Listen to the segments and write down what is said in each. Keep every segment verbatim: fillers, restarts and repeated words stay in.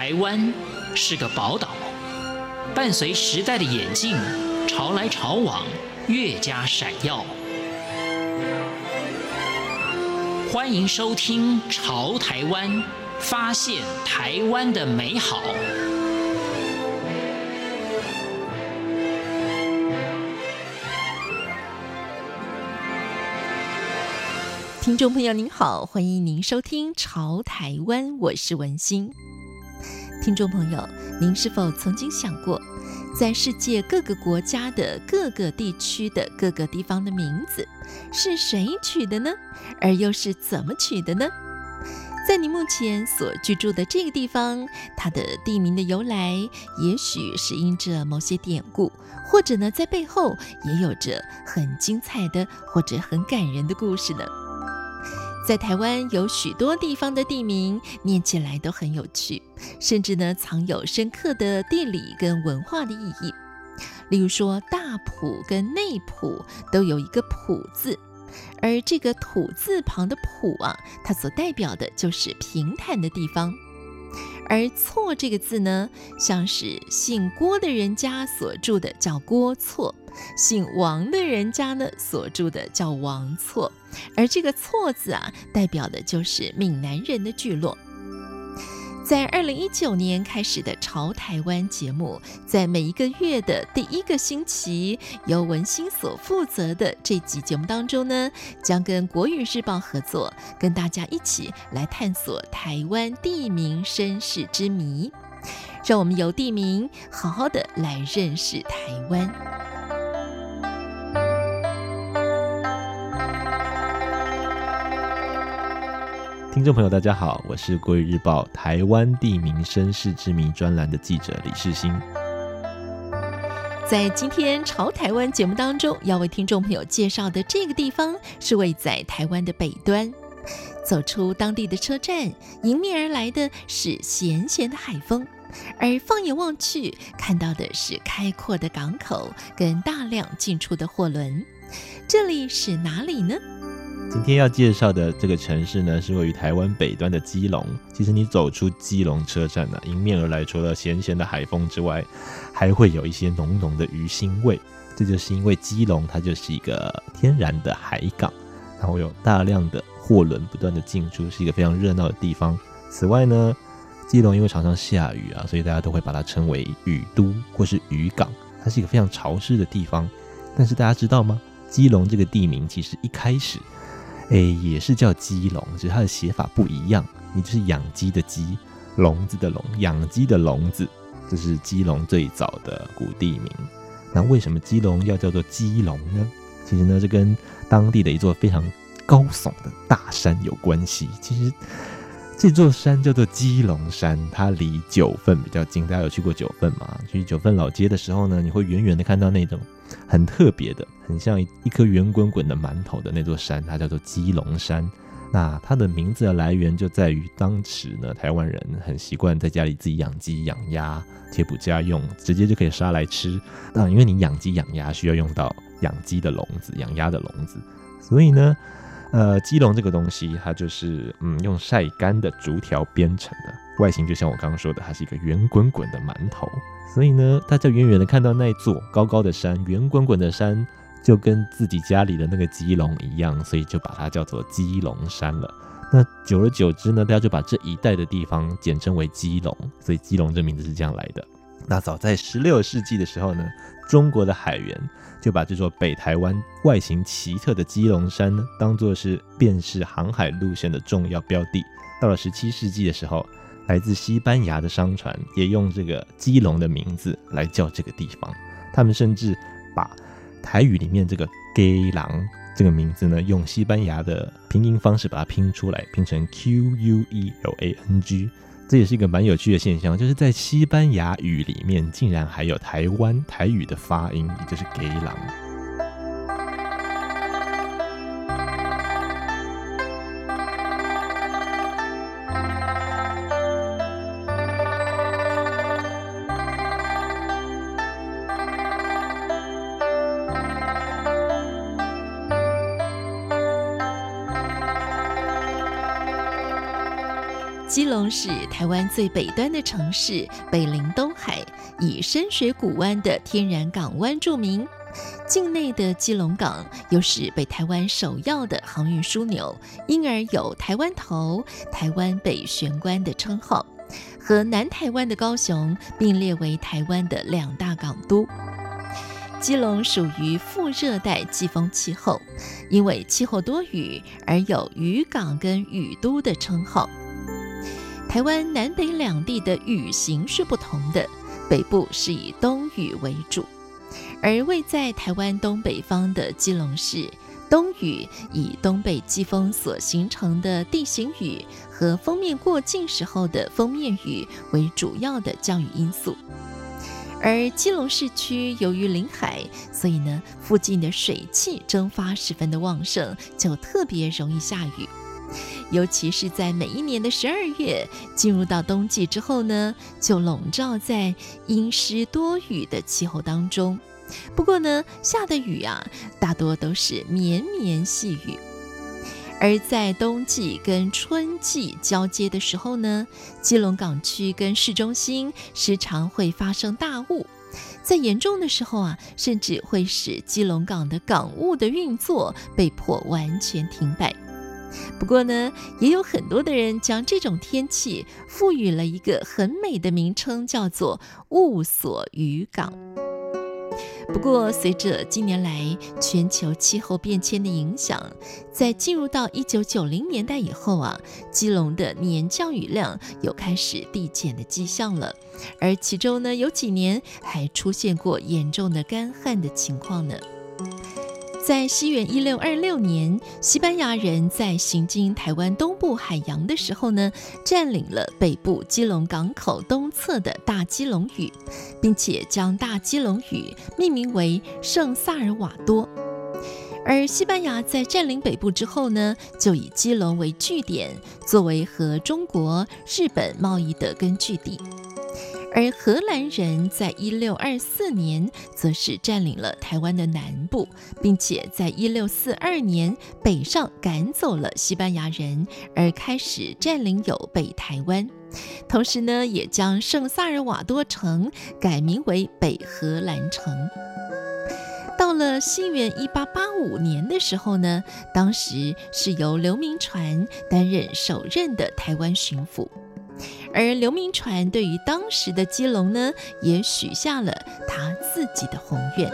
台湾是个宝岛，伴随时代的演进，潮来潮往，越加闪耀。欢迎收听《潮台湾》，发现台湾的美好。 听众朋友您好，欢迎您收听《潮台湾》，我是文心。听众朋友，您是否曾经想过，在世界各个国家的各个地区的各个地方的名字是谁取的呢？而又是怎么取的呢？在你目前所居住的这个地方，它的地名的由来，也许是因着某些典故，或者呢，在背后也有着很精彩的或者很感人的故事呢。在台湾有许多地方的地名念起来都很有趣，甚至呢藏有深刻的地理跟文化的意义。例如说大埔跟内埔都有一个埔字，而这个土字旁的埔啊，它所代表的就是平坦的地方。而厝这个字呢，像是姓郭的人家所住的叫郭厝，姓王的人家呢所住的叫王厝，而这个厝字啊，代表的就是闽南人的聚落。在二零一九年开始的潮台湾节目，在每一个月的第一个星期，由文心所负责的这集节目当中呢，将跟国语日报合作，跟大家一起来探索台湾地名身世之谜，让我们由地名好好的来认识台湾。 听众朋友大家好，我是国语日报台湾地名身世之谜专栏的记者李世兴。 在今天潮台湾节目当中，要为听众朋友介绍的这个地方是位在台湾的北端。走出当地的车站，迎面而来的是咸咸的海风，而放眼望去，看到的是开阔的港口跟大量进出的货轮。这里是哪里呢？ 今天要介绍的这个城市呢，是位于台湾北端的基隆。其实你走出基隆车站呢、啊，迎面而来，除了咸咸的海风之外，还会有一些浓浓的鱼腥味。这就是因为基隆它就是一个天然的海港，然后有大量的货轮不断的进出，是一个非常热闹的地方。此外呢，基隆因为常常下雨啊，所以大家都会把它称为雨都或是渔港。它是一个非常潮湿的地方。但是大家知道吗？基隆这个地名其实一开始诶，也是叫基隆，只是它的写法不一样。你就是养鸡的鸡，笼子的笼，养鸡的笼子，这是基隆最早的古地名。那为什么基隆要叫做基隆呢？其实呢，这跟当地的一座非常高耸的大山有关系。其实这座山叫做基隆山，它离九份比较近。大家有去过九份吗？去九份老街的时候呢，你会远远的看到那种很特别的，很像一颗圆滚滚的馒头的那座山，它叫做基隆山。那它的名字的来源就在于当时呢，台湾人很习惯在家里自己养鸡养鸭，贴补家用，直接就可以杀来吃。当然因为你养鸡养鸭需要用到养鸡的笼子，养鸭的笼子，所以呢呃，基隆这个东西，它就是嗯用晒干的竹条编成的，外形就像我刚刚说的，它是一个圆滚滚的馒头。所以呢，大家远远的看到那座高高的山，圆滚滚的山，就跟自己家里的那个基隆一样，所以就把它叫做基隆山了。那久而久之呢，大家就把这一带的地方简称为基隆，所以基隆这名字是这样来的。那早在十六世纪的时候呢，中国的海员就把这座北台湾外形奇特的基隆山呢，当作是辨识航海路线的重要标的。到了十七世纪的时候，来自西班牙的商船也用这个基隆的名字来叫这个地方。他们甚至把台语里面这个基隆这个名字呢，用西班牙的拼音方式把它拼出来，拼成 Q U E L A N G。这也是一个蛮有趣的现象，就是在西班牙语里面竟然还有台湾台语的发音，也就是基隆。 基隆是台湾最北端的城市，北临东海，以深水谷湾的天然港湾著名。境内的基隆港又是北台湾首要的航运枢纽，因而有台湾头、台湾北玄关的称号，和南台湾的高雄并列为台湾的两大港都。基隆属于副热带季风气候，因为气候多雨而有雨港跟雨都的称号。台湾南北两地的雨型是不同的，北部是以东雨为主，而位在台湾东北方的基隆市，东雨以东北季风所形成的地形雨和锋面过境时候的锋面雨为主要的降雨因素。而基隆市区由于临海，所以呢，附近的水汽蒸发十分的旺盛，就特别容易下雨。尤其是在每一年的十二月进入到冬季之后呢，就笼罩在阴湿多雨的气候当中。不过呢，下的雨啊，大多都是绵绵细雨。而在冬季跟春季交接的时候呢，基隆港区跟市中心时常会发生大雾，在严重的时候啊，甚至会使基隆港的港务的运作被迫完全停摆。不过呢，也有很多的人将这种天气赋予了一个很美的名称，叫做雾锁渔港。不过随着近年来全球气候变迁的影响，在进入到一九九零年代以后啊，基隆的年降雨量有开始递减的迹象了，而其中呢，有几年还出现过严重的干旱的情况呢。在西元一六二六年，西班牙人在行经台湾东部海洋的时候呢，占领了北部基隆港口东侧的大基隆屿，并且将大基隆屿命名为圣萨尔瓦多。而西班牙在占领北部之后呢，就以基隆为据点，作为和中国、日本贸易的根据地。而荷兰人在一六二四年则是占领了台湾的南部，并且在一六四二年北上赶走了西班牙人，而开始占领有北台湾。同时呢，也将圣萨尔瓦多城改名为北荷兰城。到了西元一八八五年的时候呢，当时是由刘铭传担任首任的台湾巡抚。而刘铭传对于当时的基隆呢，也许下了他自己的宏愿。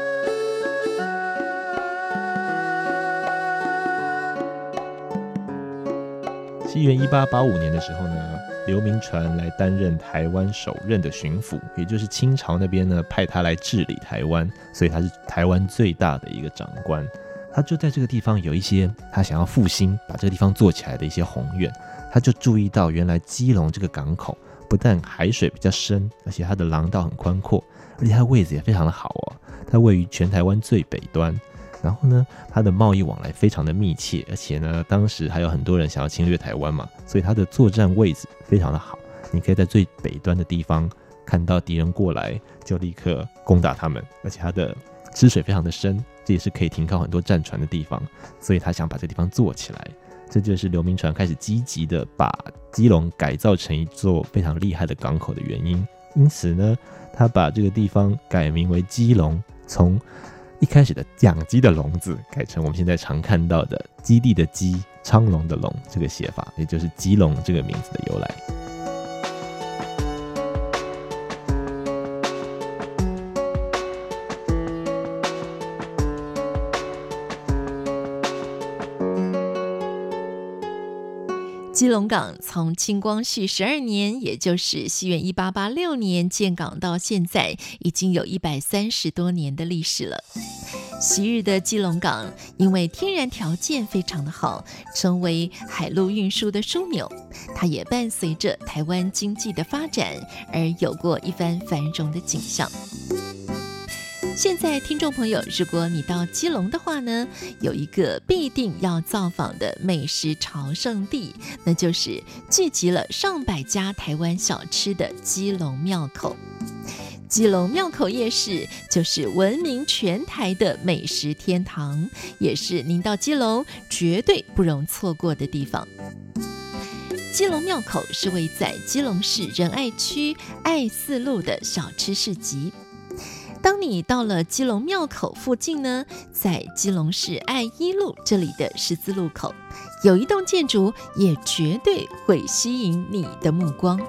西元一八八五年的时候呢，刘铭传来担任台湾首任的巡抚，也就是清朝那边呢派他来治理台湾，所以他是台湾最大的一个长官。他就在这个地方有一些他想要复兴，把这个地方做起来的一些宏愿。他就注意到，原来基隆这个港口不但海水比较深，而且它的廊道很宽阔，而且它的位置也非常的好哦。它位于全台湾最北端，然后呢，它的贸易往来非常的密切，而且呢，当时还有很多人想要侵略台湾嘛，所以它的作战位置非常的好。你可以在最北端的地方看到敌人过来，就立刻攻打他们，而且它的吃水非常的深，这也是可以停靠很多战船的地方，所以他想把这个地方做起来。这就是刘铭传开始积极的把基隆改造成一座非常厉害的港口的原因。因此呢，他把这个地方改名为基隆，从一开始的养鸡的笼子改成我们现在常看到的基地的基、昌隆的隆这个写法，也就是基隆这个名字的由来。 基隆港从清光绪十二年，也就是西元一八八六年建港到现在，已经有一百三十多年的历史了。昔日的基隆港因为天然条件非常的好，成为海陆运输的枢纽，它也伴随着台湾经济的发展而有过一番繁荣的景象。现在听众朋友，如果你到基隆的话呢，有一个必定要造访的美食朝圣地，那就是聚集了上百家台湾小吃的基隆庙口。基隆庙口夜市就是闻名全台的美食天堂，也是您到基隆绝对不容错过的地方。 基隆庙口是位在基隆市仁爱区爱四路的小吃市集。当你到了基隆庙口附近呢，在基隆市爱一路这里的十字路口，有一栋建筑也绝对会吸引你的目光。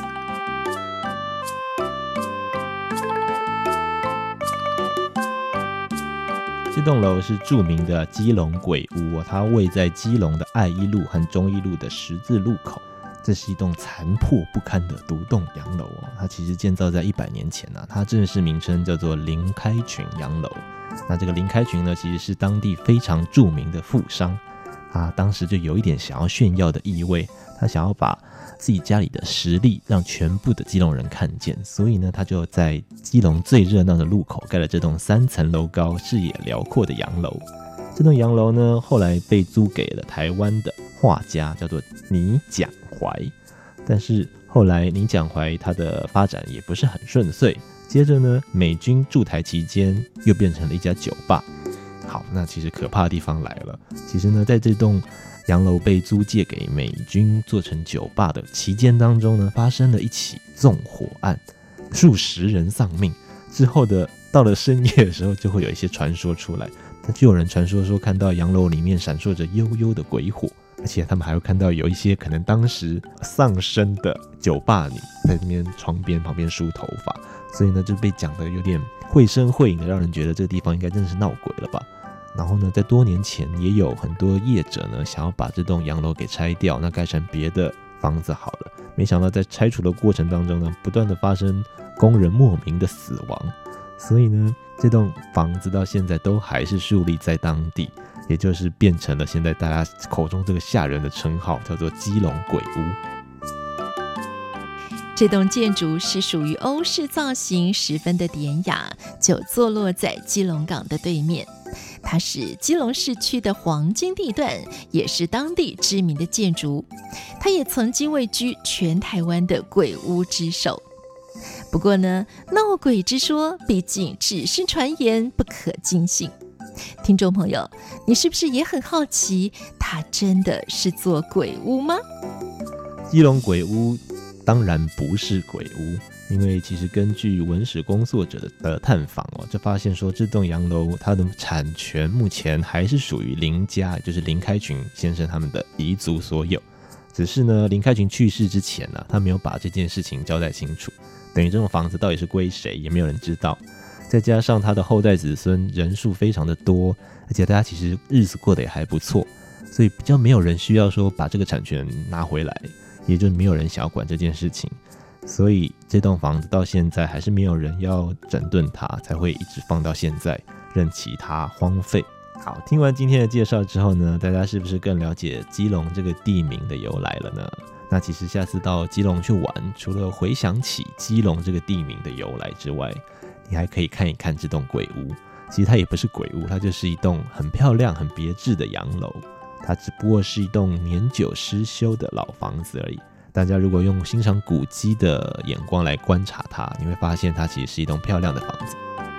这栋楼是著名的基隆鬼屋，它位在基隆的爱一路和忠义路的十字路口。这是一栋残破不堪的独栋洋楼哦，它其实建造在一百年前啊，它正式名称叫做林开群洋楼。那这个林开群呢，其实是当地非常著名的富商，他当时就有一点想要炫耀的意味，他想要把自己家里的实力让全部的基隆人看见，所以呢，他就在基隆最热闹的路口盖了这栋三层楼高、视野辽阔的洋楼。这栋洋楼呢，后来被租给了台湾的画家，叫做倪蒋怀。但是后来倪蒋怀他的发展也不是很顺遂，接着呢，美军驻台期间又变成了一家酒吧。好，那其实可怕的地方来了。其实呢，在这栋洋楼被租借给美军做成酒吧的期间当中呢，发生了一起纵火案，数十人丧命。之后的到了深夜的时候，就会有一些传说出来，就有人传说说看到洋楼里面闪烁着幽幽的鬼火，而且他们还会看到有一些可能当时丧生的酒吧女在那边床边旁边梳头发，所以呢就被讲的有点绘声绘影的，让人觉得这个地方应该真的是闹鬼了吧。然后呢，在多年前也有很多业者呢想要把这栋洋楼给拆掉，那盖成别的房子好了。没想到在拆除的过程当中呢，不断的发生工人莫名的死亡，所以呢，这栋房子到现在都还是竖立在当地，也就是变成了现在大家口中这个吓人的称号，叫做基隆鬼屋。 这栋建筑是属于欧式造型，十分的典雅，就坐落在基隆港的对面。它是基隆市区的黄金地段，也是当地知名的建筑。它也曾经位居全台湾的鬼屋之首。不过呢，闹鬼之说毕竟只是传言，不可尽信。听众朋友，你是不是也很好奇，它真的是座鬼屋吗？ 基隆鬼屋当然不是鬼屋，因为其实根据文史工作者 的, 的探访哦，就发现说这栋洋楼它的产权目前还是属于林家，也就是林开群先生他们的遗族所有。只是呢，林开群去世之前呢、啊，他没有把这件事情交代清楚，等于这栋房子到底是归谁，也没有人知道。再加上他的后代子孙人数非常的多，而且大家其实日子过得也还不错，所以比较没有人需要说把这个产权拿回来，也就没有人想要管这件事情。所以这栋房子到现在还是没有人要整顿它，才会一直放到现在，任其它荒废。好，听完今天的介绍之后呢，大家是不是更了解基隆这个地名的由来了呢？那其实下次到基隆去玩，除了回想起基隆这个地名的由来之外，你还可以看一看这栋鬼屋。其实它也不是鬼屋，它就是一栋很漂亮很别致的洋楼，它只不过是一栋年久失修的老房子而已。大家如果用欣赏古迹的眼光来观察它，你会发现它其实是一栋漂亮的房子。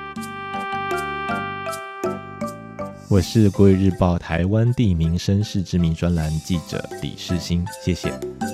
我是国语日报台湾地名身世之谜专栏记者李世兴，谢谢。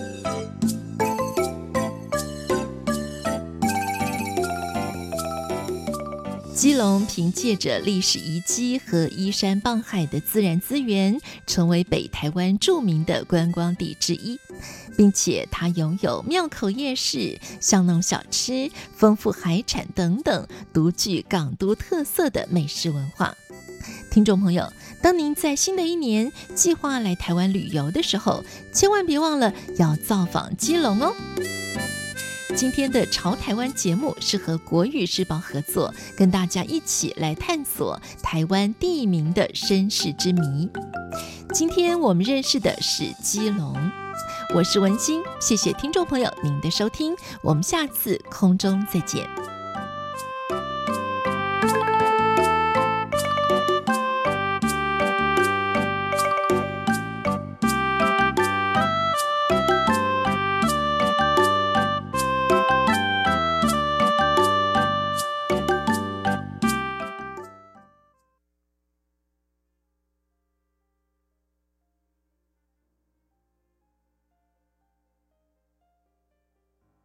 基隆凭借着历史遗迹和依山傍海的自然资源，成为北台湾著名的观光地之一，并且它拥有庙口夜市、巷弄小吃、丰富海产等等独具港都特色的美食文化。听众朋友，当您在新的一年计划来台湾旅游的时候，千万别忘了要造访基隆哦。今天的潮台湾节目是和国语日报合作，跟大家一起来探索台湾地名的身世之谜。今天我们认识的是基隆，我是文心，谢谢听众朋友您的收听，我们下次空中再见。